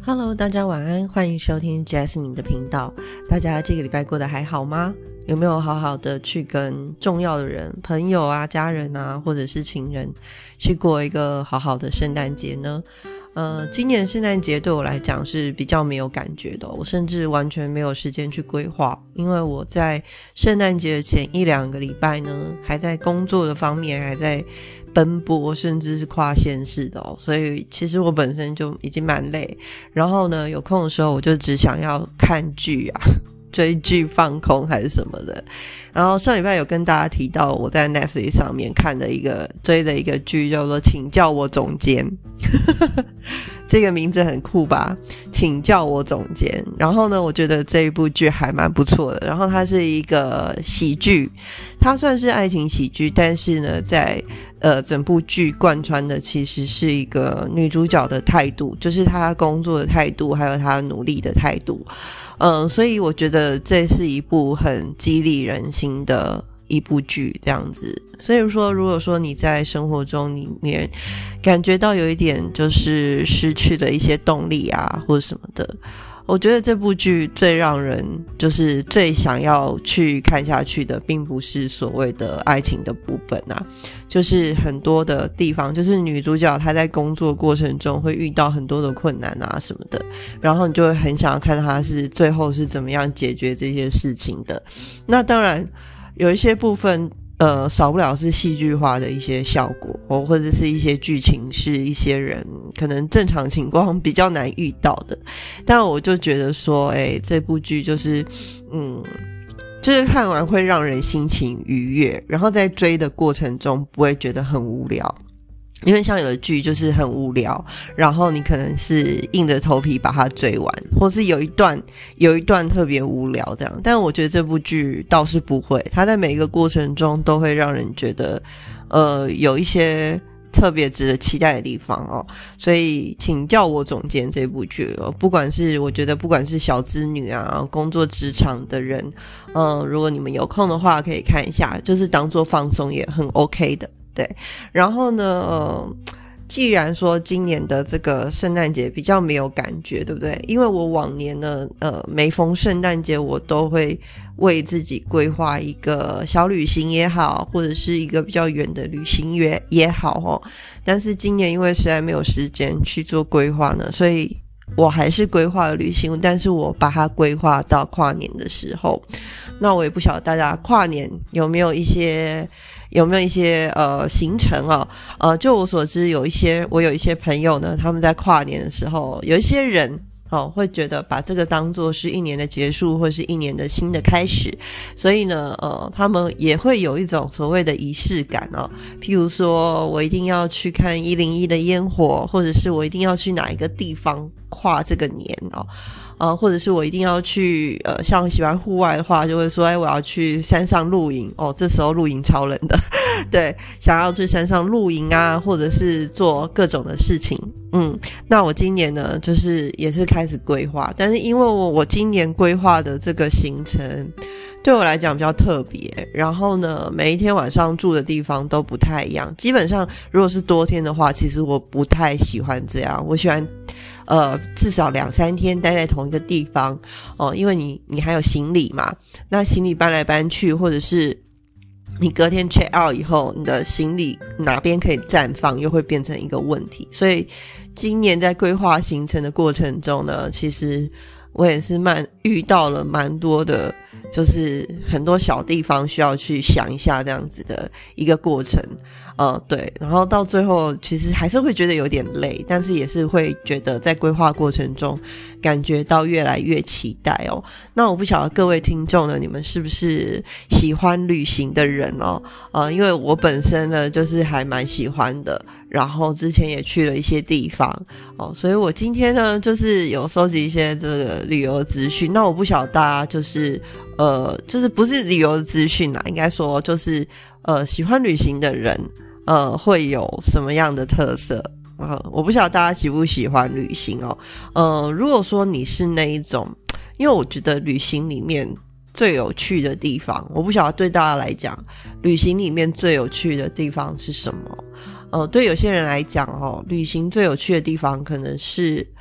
Hello， 大家晚安，欢迎收听 Jasmine 的频道。大家这个礼拜过得还好吗？有没有好好的去跟重要的人、朋友啊、家人啊，或者是情人去过一个好好的圣诞节呢？今年圣诞节对我来讲是比较没有感觉的，我甚至完全没有时间去规划，因为我在圣诞节前1-2个礼拜呢，还在工作的方面还在奔波，甚至是跨县市的所以其实我本身就已经蛮累，然后呢有空的时候我就只想要看剧啊，追剧放空还是什么的。然后上礼拜有跟大家提到我在 Netflix 上面追的一个剧叫做请叫我总监这个名字很酷吧，请叫我总监。然后呢我觉得这一部剧还蛮不错的，然后它是一个喜剧，它算是爱情喜剧，但是呢在整部剧贯穿的其实是一个女主角的态度，就是她工作的态度还有她努力的态度。所以我觉得这是一部很激励人心的一部剧这样子。所以说如果说你在生活中里面感觉到有一点就是失去了一些动力啊或者什么的，我觉得这部剧最让人就是最想要去看下去的并不是所谓的爱情的部分啊，就是很多的地方，就是女主角她在工作过程中会遇到很多的困难啊什么的，然后你就会很想要看她是最后是怎么样解决这些事情的。那当然有一些部分少不了是戏剧化的一些效果或者是一些剧情是一些人可能正常情况比较难遇到的，但我就觉得说这部剧就是就是看完会让人心情愉悦，然后在追的过程中不会觉得很无聊。因为像有的剧就是很无聊，然后你可能是硬着头皮把它追完，或是有一段特别无聊这样，但我觉得这部剧倒是不会，它在每一个过程中都会让人觉得有一些特别值得期待的地方所以请叫我总监这部剧我觉得不管是小资女啊，工作职场的人如果你们有空的话可以看一下，就是当做放松也很 OK 的。对，然后呢既然说今年的这个圣诞节比较没有感觉，对不对？因为我往年呢每逢圣诞节我都会为自己规划一个小旅行也好，或者是一个比较远的旅行也好但是今年因为实在没有时间去做规划呢，所以我还是规划了旅行，但是我把它规划到跨年的时候。那我也不晓得大家跨年有没有一些行程就我所知我有一些朋友呢，他们在跨年的时候，有一些人会觉得把这个当作是一年的结束或是一年的新的开始，所以呢他们也会有一种所谓的仪式感譬如说我一定要去看101的烟火，或者是我一定要去哪一个地方跨这个年或者是我一定要去像喜欢户外的话就会说我要去山上露营这时候露营超冷的对，想要去山上露营啊，或者是做各种的事情那我今年呢就是也是开始规划，但是因为我今年规划的这个行程对我来讲比较特别，然后呢每一天晚上住的地方都不太一样，基本上如果是多天的话其实我不太喜欢这样，我喜欢至少2-3天待在同一个地方因为你还有行李嘛，那行李搬来搬去，或者是你隔天 check out 以后你的行李哪边可以暂放又会变成一个问题，所以今年在规划行程的过程中呢，其实我也是遇到了蛮多的就是很多小地方需要去想一下这样子的一个过程对，然后到最后其实还是会觉得有点累，但是也是会觉得在规划过程中感觉到越来越期待那我不晓得各位听众呢，你们是不是喜欢旅行的人因为我本身呢就是还蛮喜欢的，然后之前也去了一些地方所以我今天呢就是有收集一些这个旅游资讯。那我不晓得大家就是不是旅游资讯啦，应该说就是喜欢旅行的人会有什么样的特色我不晓得大家喜不喜欢旅行如果说你是那一种，因为我觉得旅行里面最有趣的地方，我不晓得对大家来讲旅行里面最有趣的地方是什么对有些人来讲旅行最有趣的地方可能是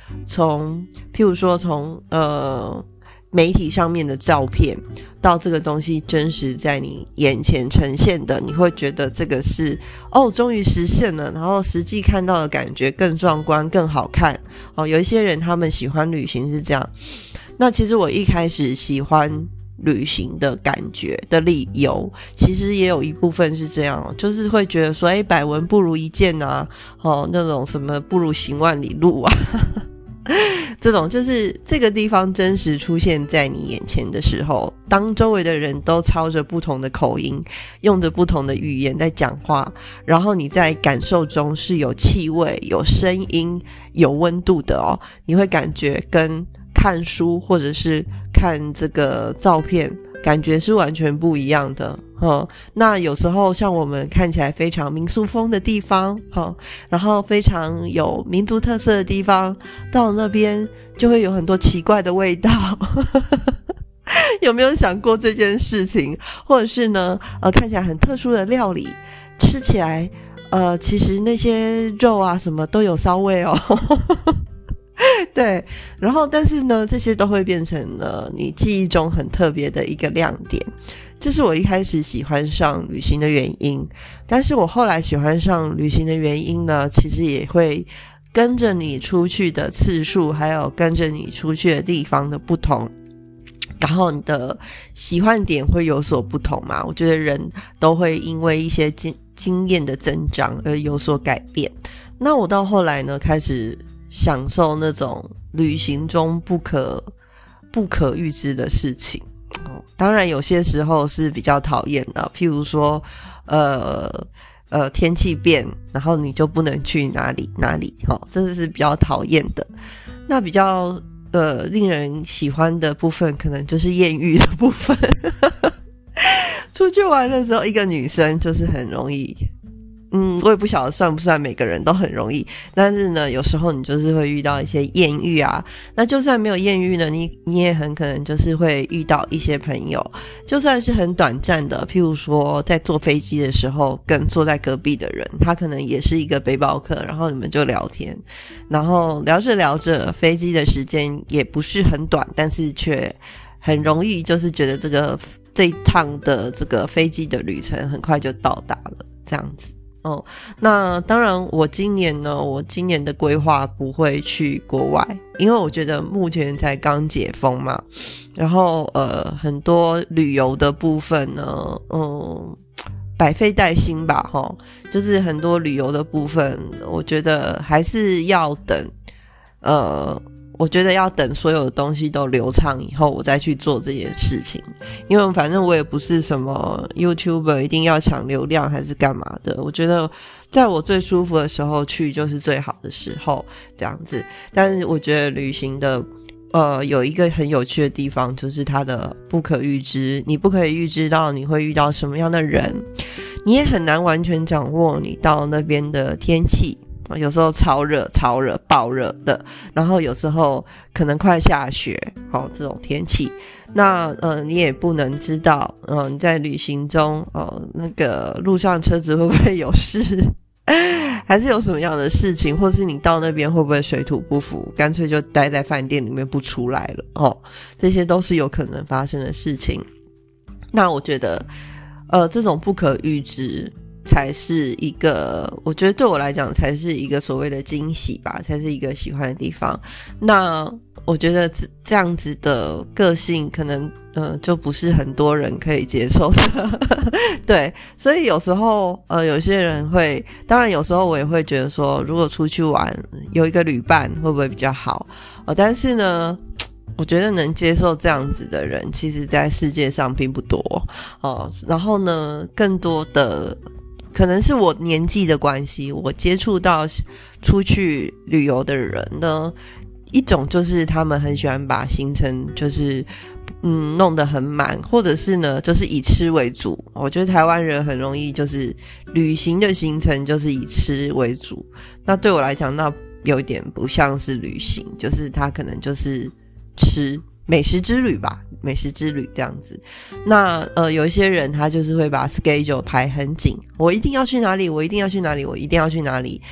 譬如说从媒体上面的照片到这个东西真实在你眼前呈现的，你会觉得这个是终于实现了，然后实际看到的感觉更壮观更好看有一些人他们喜欢旅行是这样。那其实我一开始喜欢旅行的感觉的理由其实也有一部分是这样就是会觉得说百闻不如一见啊那种什么不如行万里路啊这种就是这个地方真实出现在你眼前的时候，当周围的人都操着不同的口音，用着不同的语言在讲话，然后你在感受中是有气味有声音有温度的你会感觉跟看书或者是看这个照片感觉是完全不一样的那有时候像我们看起来非常民俗风的地方然后非常有民族特色的地方，到那边就会有很多奇怪的味道有没有想过这件事情？或者是呢看起来很特殊的料理，吃起来其实那些肉啊什么都有骚味对，然后但是呢这些都会变成了你记忆中很特别的一个亮点，这是我一开始喜欢上旅行的原因。但是我后来喜欢上旅行的原因呢，其实也会跟着你出去的次数还有跟着你出去的地方的不同，然后你的喜欢点会有所不同嘛。我觉得人都会因为一些经验的增长而有所改变。那我到后来呢开始享受那种旅行中不可预知的事情当然有些时候是比较讨厌的，譬如说天气变，然后你就不能去哪里这是比较讨厌的。那比较令人喜欢的部分可能就是艳遇的部分出去玩的时候一个女生就是很容易我也不晓得算不算每个人都很容易，但是呢有时候你就是会遇到一些艳遇啊。那就算没有艳遇呢，你也很可能就是会遇到一些朋友，就算是很短暂的，譬如说在坐飞机的时候跟坐在隔壁的人，他可能也是一个背包客，然后你们就聊天，然后聊着聊着飞机的时间也不是很短，但是却很容易就是觉得这一趟的这个飞机的旅程很快就到达了这样子那当然我今年的规划不会去国外，因为我觉得目前才刚解封嘛，然后很多旅游的部分呢百废待兴吧就是很多旅游的部分我觉得还是要等我觉得要等所有的东西都流畅以后我再去做这件事情，因为反正我也不是什么 YouTuber 一定要抢流量还是干嘛的，我觉得在我最舒服的时候去就是最好的时候这样子。但是我觉得旅行的有一个很有趣的地方，就是它的不可预知，你不可以预知到你会遇到什么样的人，你也很难完全掌握你到那边的天气，有时候超热爆热的，然后有时候可能快下雪这种天气。那你也不能知道你在旅行中那个路上车子会不会有事还是有什么样的事情，或是你到那边会不会水土不服，干脆就待在饭店里面不出来了这些都是有可能发生的事情。那我觉得这种不可预知才是一个，我觉得对我来讲才是一个所谓的惊喜吧，才是一个喜欢的地方。那我觉得这样子的个性可能就不是很多人可以接受的对，所以有时候有些人会，当然有时候我也会觉得说如果出去玩有一个旅伴会不会比较好但是呢我觉得能接受这样子的人其实在世界上并不多然后呢更多的可能是我年纪的关系，我接触到出去旅游的人呢，一种就是他们很喜欢把行程就是弄得很满，或者是呢就是以吃为主。我觉得台湾人很容易就是旅行的行程就是以吃为主，那对我来讲那有点不像是旅行，就是他可能就是吃美食之旅吧，美食之旅这样子。那有一些人他就是会把 schedule 排很紧，我一定要去哪里，我一定要去哪里，我一定要去哪里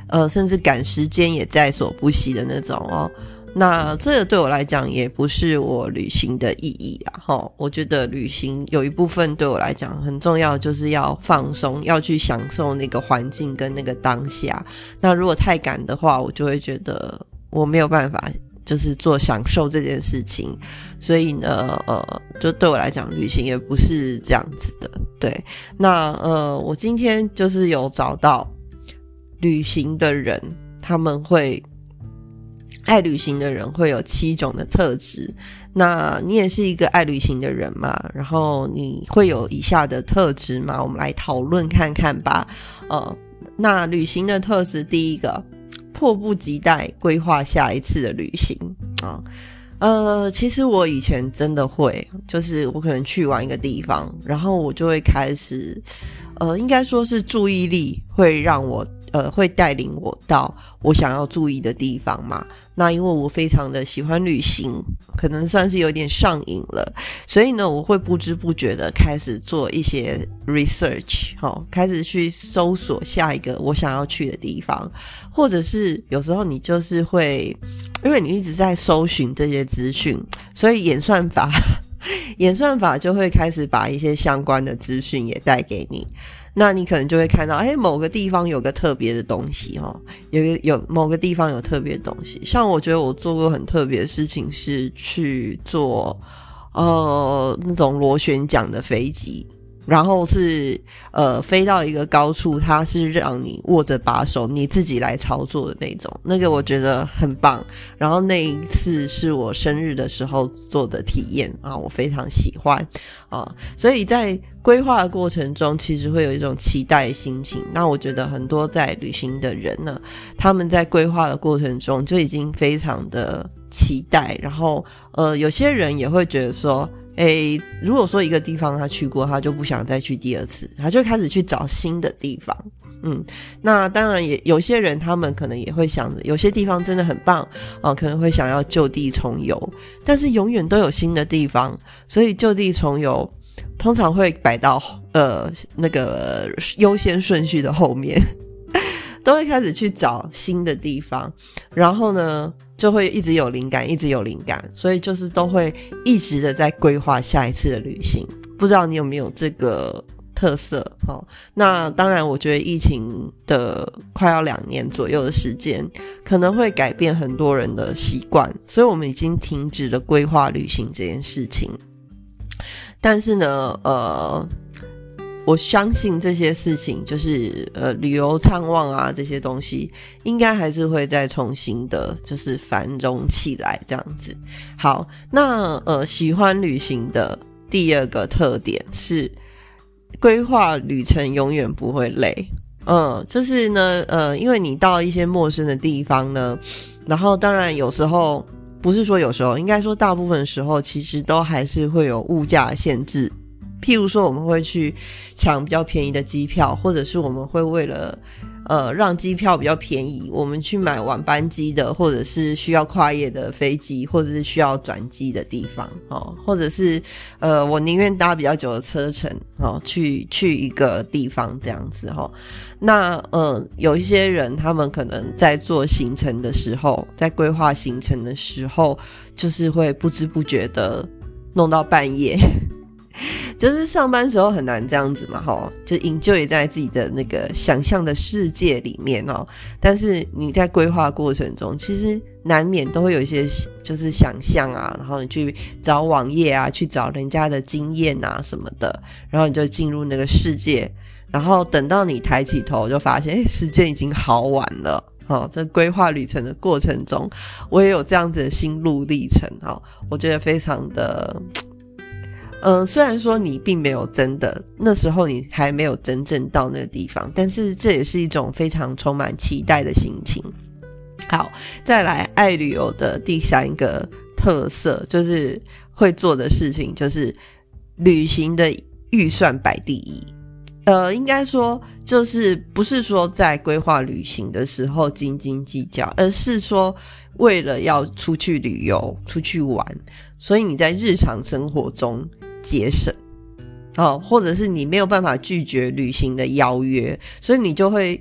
甚至赶时间也在所不惜的那种哦。那这个对我来讲也不是我旅行的意义啦齁，我觉得旅行有一部分对我来讲很重要，就是要放松，要去享受那个环境跟那个当下。那如果太赶的话，我就会觉得我没有办法就是做享受这件事情，所以呢就对我来讲旅行也不是这样子的。对，那我今天就是有找到旅行的人，他们会爱旅行的人会有7种的特质，那你也是一个爱旅行的人嘛，然后你会有以下的特质嘛，我们来讨论看看吧。那旅行的特质，第一个，迫不及待规划下一次的旅行啊。其实我以前真的会，就是我可能去完一个地方，然后我就会开始应该说是注意力会让我会带领我到我想要注意的地方嘛。那因为我非常的喜欢旅行，可能算是有点上瘾了，所以呢我会不知不觉的开始做一些 research 开始去搜索下一个我想要去的地方，或者是有时候你就是会因为你一直在搜寻这些资讯，所以演算法就会开始把一些相关的资讯也带给你。那你可能就会看到某个地方有个特别的东西有某个地方有特别的东西。像我觉得我做过很特别的事情是去做那种螺旋桨的飞机，然后是飞到一个高处，它是让你握着把手你自己来操作的那种，那个我觉得很棒。然后那一次是我生日的时候做的体验啊，我非常喜欢啊。所以在规划的过程中其实会有一种期待的心情。那我觉得很多在旅行的人呢，他们在规划的过程中就已经非常的期待，然后有些人也会觉得说如果说一个地方他去过，他就不想再去第二次，他就开始去找新的地方。那当然也有些人他们可能也会想着有些地方真的很棒可能会想要就地重游，但是永远都有新的地方，所以就地重游通常会摆到那个优先顺序的后面都会开始去找新的地方，然后呢就会一直有灵感，所以就是都会一直的在规划下一次的旅行。不知道你有没有这个特色那当然我觉得疫情的快要2年左右的时间可能会改变很多人的习惯，所以我们已经停止了规划旅行这件事情。但是呢我相信这些事情就是旅游畅望啊这些东西应该还是会再重新的就是繁荣起来这样子。好，那喜欢旅行的第二个特点是规划旅程永远不会累。就是呢因为你到一些陌生的地方呢，然后当然有时候不是说有时候，应该说大部分时候其实都还是会有物价限制。譬如说我们会去抢比较便宜的机票，或者是我们会为了让机票比较便宜，我们去买晚班机的，或者是需要跨夜的飞机，或者是需要转机的地方或者是我宁愿搭比较久的车程去一个地方这样子那有一些人他们可能在做行程的时候，在规划行程的时候，就是会不知不觉的弄到半夜就是上班时候很难这样子嘛就enjoy在自己的那个想象的世界里面但是你在规划过程中其实难免都会有一些就是想象啊，然后你去找网页啊，去找人家的经验啊什么的，然后你就进入那个世界，然后等到你抬起头就发现时间已经好晚了在规划旅程的过程中我也有这样子的心路历程我觉得非常的虽然说你并没有真的那时候你还没有真正到那个地方，但是这也是一种非常充满期待的心情。好，再来爱旅游的第3个特色就是会做的事情就是旅行的预算摆第一。应该说就是不是说在规划旅行的时候斤斤计较，而是说为了要出去旅游出去玩，所以你在日常生活中节省或者是你没有办法拒绝旅行的邀约，所以你就会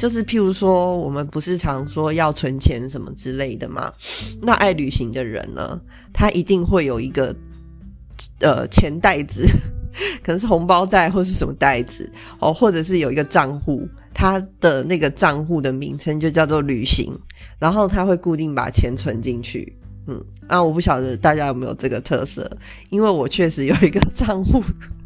就是譬如说我们不是常说要存钱什么之类的嘛，那爱旅行的人呢，他一定会有一个钱袋子，可能是红包袋或是什么袋子或者是有一个账户，他的那个账户的名称就叫做旅行，然后他会固定把钱存进去。我不晓得大家有没有这个特色，因为我确实有一个账户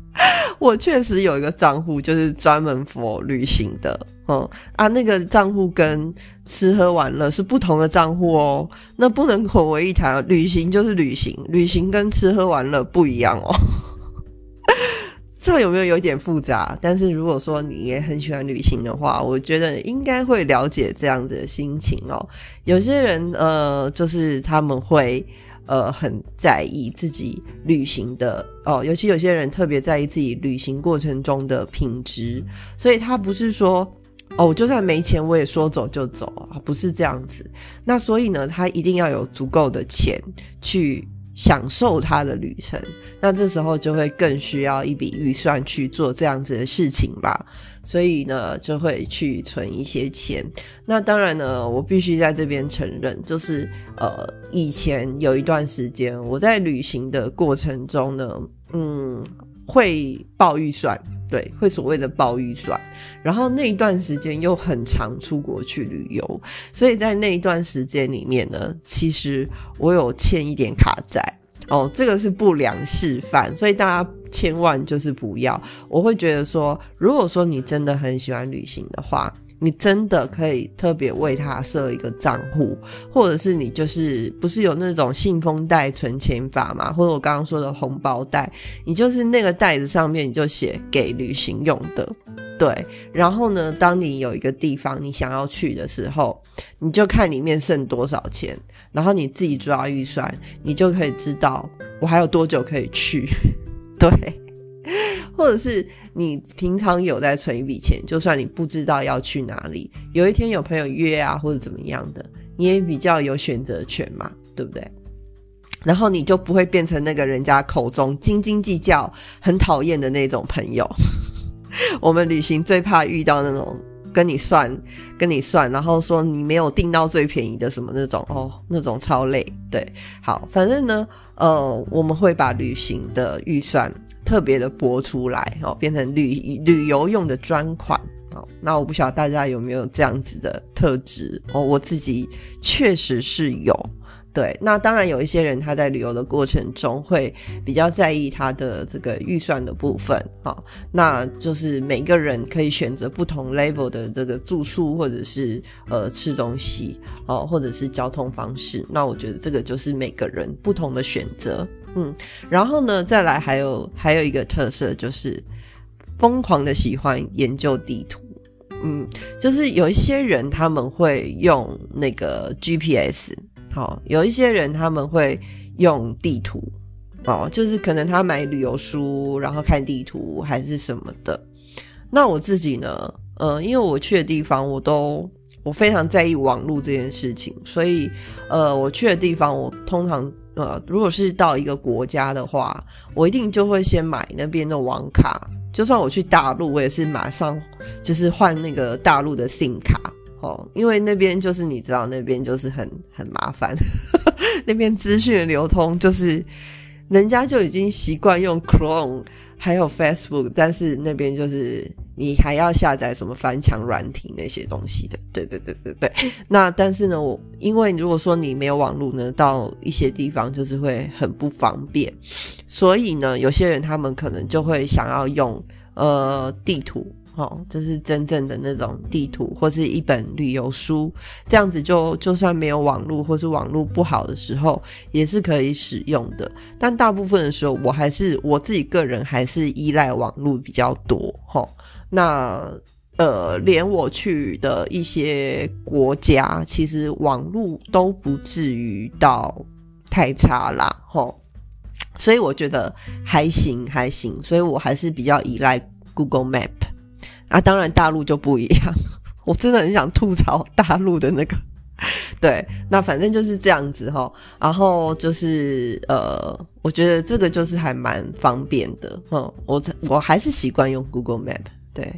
就是专门 for 旅行的那个账户跟吃喝玩乐是不同的账户哦，那不能混为一谈，旅行就是旅行，旅行跟吃喝玩乐不一样哦。这样有没有一点复杂？但是如果说你也很喜欢旅行的话，我觉得应该会了解这样子的心情哦。有些人就是他们会很在意自己旅行的尤其有些人特别在意自己旅行过程中的品质，所以他不是说就算没钱我也说走就走不是这样子。那所以呢，他一定要有足够的钱去享受他的旅程，那这时候就会更需要一笔预算去做这样子的事情吧，所以呢就会去存一些钱。那当然呢，我必须在这边承认，就是以前有一段时间我在旅行的过程中呢会爆预算，对，会所谓的爆预算，然后那一段时间又很常出国去旅游，所以在那一段时间里面呢，其实我有欠一点卡债这个是不良示范，所以大家千万就是不要。我会觉得说，如果说你真的很喜欢旅行的话，你真的可以特别为它设一个账户，或者是你就是不是有那种信封袋存钱法嘛，或者我刚刚说的红包袋，你就是那个袋子上面你就写给旅行用的，对，然后呢当你有一个地方你想要去的时候，你就看里面剩多少钱，然后你自己抓预算，你就可以知道我还有多久可以去对，或者是你平常有在存一笔钱，就算你不知道要去哪里，有一天有朋友约或者怎么样的，你也比较有选择权嘛，对不对？然后你就不会变成那个人家口中斤斤计较很讨厌的那种朋友我们旅行最怕遇到那种跟你算，然后说你没有订到最便宜的什么那种那种超累。对，好，反正呢我们会把旅行的预算特别的拨出来变成旅游用的专款那我不晓得大家有没有这样子的特质我自己确实是有。对，那当然有一些人他在旅游的过程中会比较在意他的这个预算的部分那就是每个人可以选择不同 level 的这个住宿或者是吃东西或者是交通方式，那我觉得这个就是每个人不同的选择。然后呢再来还有一个特色，就是疯狂的喜欢研究地图。就是有一些人他们会用那个 GPS，有一些人他们会用地图就是可能他买旅游书然后看地图还是什么的。那我自己呢因为我去的地方我非常在意网路这件事情，所以我去的地方我通常如果是到一个国家的话，我一定就会先买那边的网卡，就算我去大陆我也是马上就是换那个大陆的 SIM 卡因为那边就是你知道那边就是很麻烦那边资讯的流通就是人家就已经习惯用 Chrome 还有 Facebook， 但是那边就是你还要下载什么翻墙软体那些东西的。对那但是呢因为如果说你没有网络呢，到一些地方就是会很不方便，所以呢有些人他们可能就会想要用地图就是真正的那种地图或是一本旅游书，这样子就算没有网络或是网络不好的时候也是可以使用的。但大部分的时候我自己个人还是依赖网络比较多那连我去的一些国家其实网络都不至于到太差啦所以我觉得还行，所以我还是比较依赖 Google Map。当然大陆就不一样我真的很想吐槽大陆的那个对，那反正就是这样子然后就是我觉得这个就是还蛮方便的我还是习惯用 Google Map。对，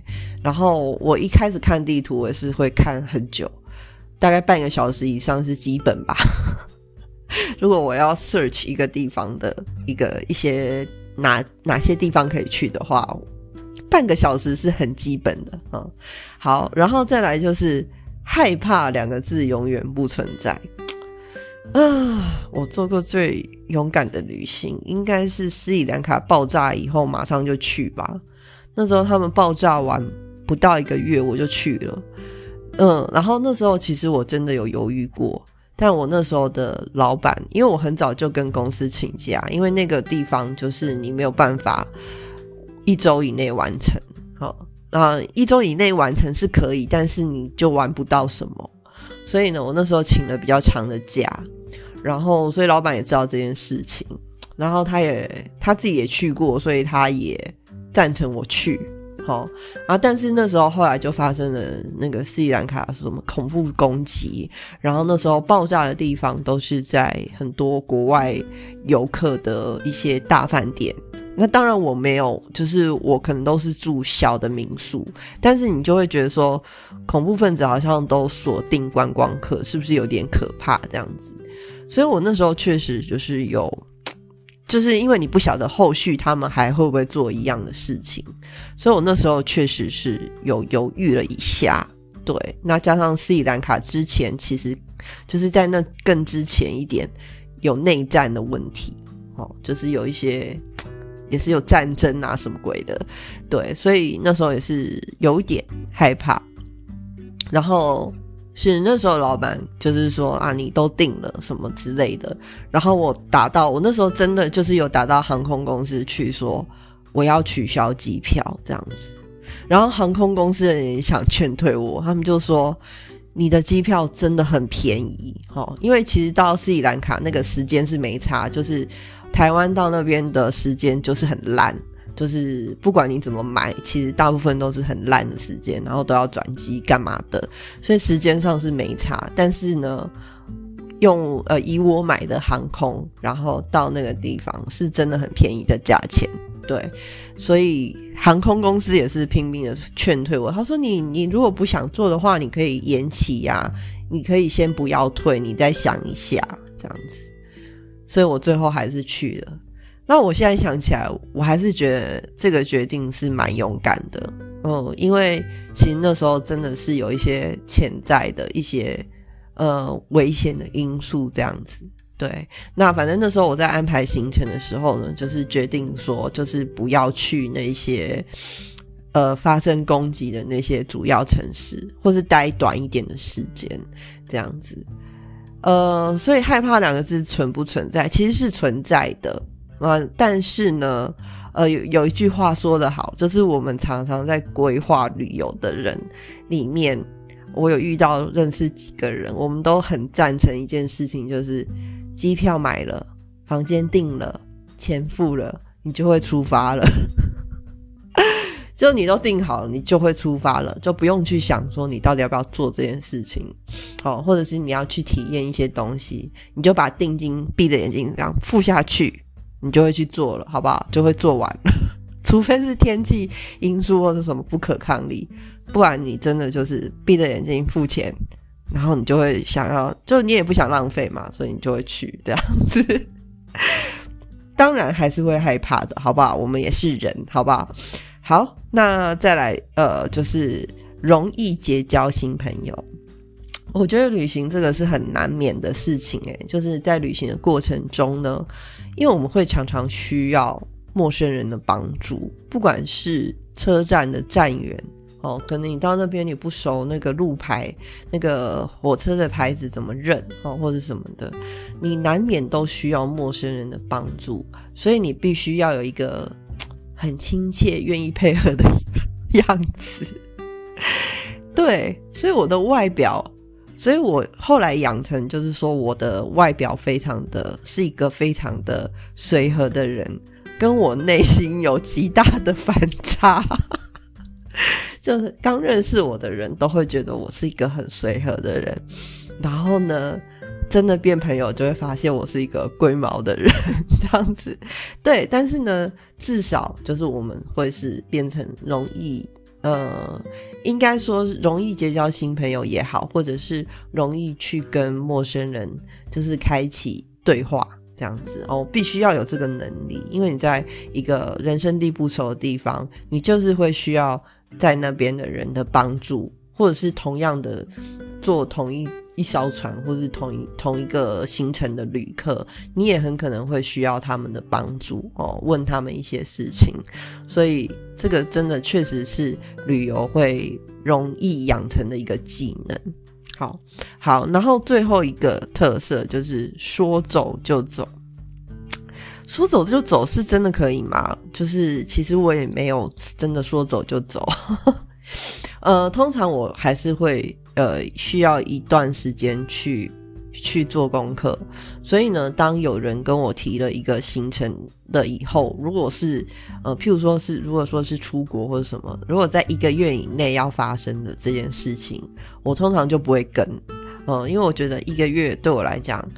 然后我一开始看地图我也是会看很久，大概半个小时以上是基本吧如果我要 search 一个地方的一些哪些地方可以去的话，半个小时是很基本的好，然后再来就是害怕2个字永远不存在我做过最勇敢的旅行应该是斯里兰卡爆炸以后马上就去吧。那时候他们爆炸完不到1个月我就去了然后那时候其实我真的有犹豫过，但我那时候的老板，因为我很早就跟公司请假，因为那个地方就是你没有办法1周以内完成1周以内完成是可以，但是你就玩不到什么，所以呢我那时候请了比较长的假，然后所以老板也知道这件事情，然后他自己也去过，所以他也赞成我去但是那时候后来就发生了那个斯里兰卡什么恐怖攻击，然后那时候爆炸的地方都是在很多国外游客的一些大饭店，那当然我没有，就是我可能都是住小的民宿，但是你就会觉得说恐怖分子好像都锁定观光客，是不是有点可怕这样子。所以我那时候确实就是因为你不晓得后续他们还会不会做一样的事情，所以我那时候确实是有犹豫了一下。对，那加上斯里兰卡之前其实就是在那更之前一点有内战的问题就是有一些也是有战争啊什么鬼的，对，所以那时候也是有点害怕。然后是那时候老板就是说你都定了什么之类的，然后我那时候真的就是有打到航空公司去说我要取消机票这样子，然后航空公司的人也想劝退我，他们就说你的机票真的很便宜因为其实到斯里兰卡那个时间是没差，就是台湾到那边的时间就是很烂，就是不管你怎么买其实大部分都是很烂的时间，然后都要转机干嘛的，所以时间上是没差。但是呢用以我买的航空然后到那个地方是真的很便宜的价钱，对，所以航空公司也是拼命的劝退我，他说你如果不想做的话你可以延期你可以先不要退，你再想一下这样子，所以我最后还是去了。那我现在想起来我还是觉得这个决定是蛮勇敢的因为其实那时候真的是有一些潜在的一些危险的因素这样子。对，那反正那时候我在安排行程的时候呢，就是决定说就是不要去那些发生攻击的那些主要城市，或是待短一点的时间这样子。所以害怕2个字存不存在？其实是存在的但是呢有一句话说得好，就是我们常常在规划旅游的人里面，我有遇到认识几个人，我们都很赞成一件事情，就是机票买了，房间订了，钱付了，你就会出发了就你都订好了你就会出发了，就不用去想说你到底要不要做这件事情或者是你要去体验一些东西，你就把定金闭着眼睛这样付下去，你就会去做了，好不好？就会做完了除非是天气因素或者什么不可抗力，不然你真的就是闭着眼睛付钱，然后你就会想要，就你也不想浪费嘛，所以你就会去这样子当然还是会害怕的，好不好？我们也是人，好不好？好，那再来就是容易结交新朋友。我觉得旅行这个是很难免的事情就是在旅行的过程中呢，因为我们会常常需要陌生人的帮助，不管是车站的站员可能你到那边你不熟那个路牌，那个火车的牌子怎么认或者什么的，你难免都需要陌生人的帮助，所以你必须要有一个很亲切愿意配合的样子对，所以我的外表，所以我后来养成就是说我的外表是一个非常的随和的人，跟我内心有极大的反差就是刚认识我的人都会觉得我是一个很随和的人，然后呢真的变朋友就会发现我是一个龟毛的人这样子。对，但是呢至少就是我们会是变成容易应该说容易结交新朋友也好，或者是容易去跟陌生人就是开启对话这样子必须要有这个能力，因为你在一个人生地不熟的地方，你就是会需要在那边的人的帮助，或者是同样的坐同一艘船，或是同一个行程的旅客，你也很可能会需要他们的帮助问他们一些事情，所以这个真的确实是旅游会容易养成的一个技能。好，然后最后一个特色就是说走就走。说走就走是真的可以吗？就是其实我也没有真的说走就走通常我还是会需要一段时间去做功课，所以呢，当有人跟我提了一个行程的以后，如果是譬如说是如果说是出国或者什么，如果在1个月以内要发生的这件事情，我通常就不会跟因为我觉得1个月对我来讲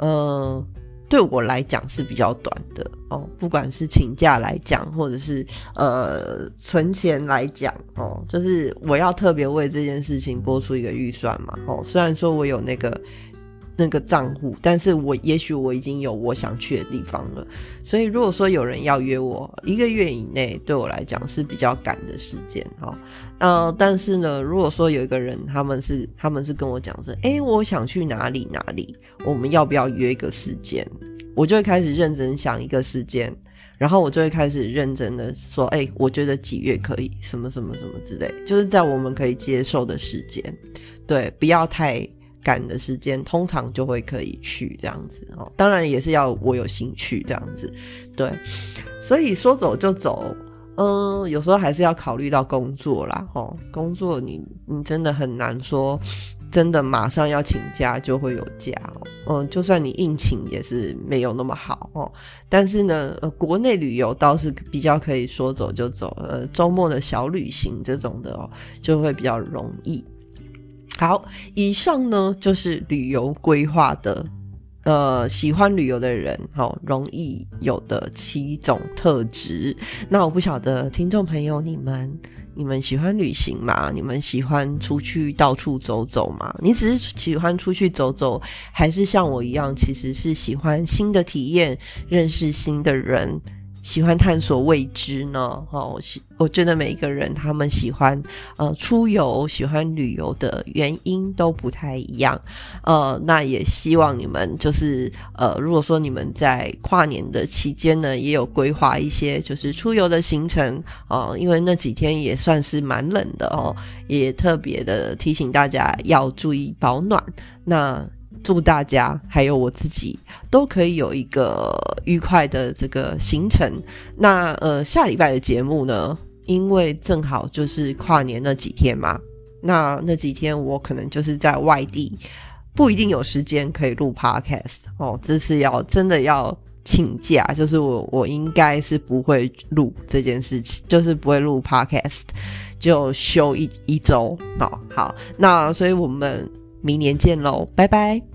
是比较短的不管是请假来讲，或者是存钱来讲就是我要特别为这件事情拨出一个预算嘛虽然说我有那个账户，但是也许我已经有我想去的地方了，所以如果说有人要约我1个月以内，对我来讲是比较赶的时间但是呢，如果说有一个人他们是跟我讲说我想去哪里，我们要不要约一个时间，我就会开始认真想一个时间，然后我就会开始认真的说我觉得几月可以什么什么什么之类，就是在我们可以接受的时间，对，不要太赶的时间，通常就会可以去这样子当然也是要我有兴趣这样子，对，所以说走就走有时候还是要考虑到工作啦工作你真的很难说真的马上要请假就会有假就算你硬请也是没有那么好但是呢国内旅游倒是比较可以说走就走周末的小旅行这种的就会比较容易。好，以上呢就是旅游规划的喜欢旅游的人容易有的7种特质。那我不晓得听众朋友你们喜欢旅行吗？你们喜欢出去到处走走吗？你只是喜欢出去走走，还是像我一样其实是喜欢新的体验，认识新的人，喜欢探索未知呢我觉得每一个人他们喜欢出游喜欢旅游的原因都不太一样那也希望你们就是如果说你们在跨年的期间呢也有规划一些就是出游的行程因为那几天也算是蛮冷的也特别的提醒大家要注意保暖，那祝大家还有我自己都可以有一个愉快的这个行程。那下礼拜的节目呢，因为正好就是跨年那几天嘛，那几天我可能就是在外地，不一定有时间可以录 podcast 这次真的要请假，就是我应该是不会录这件事情，就是不会录 podcast， 就休一周好，那所以我们明年见咯，拜拜。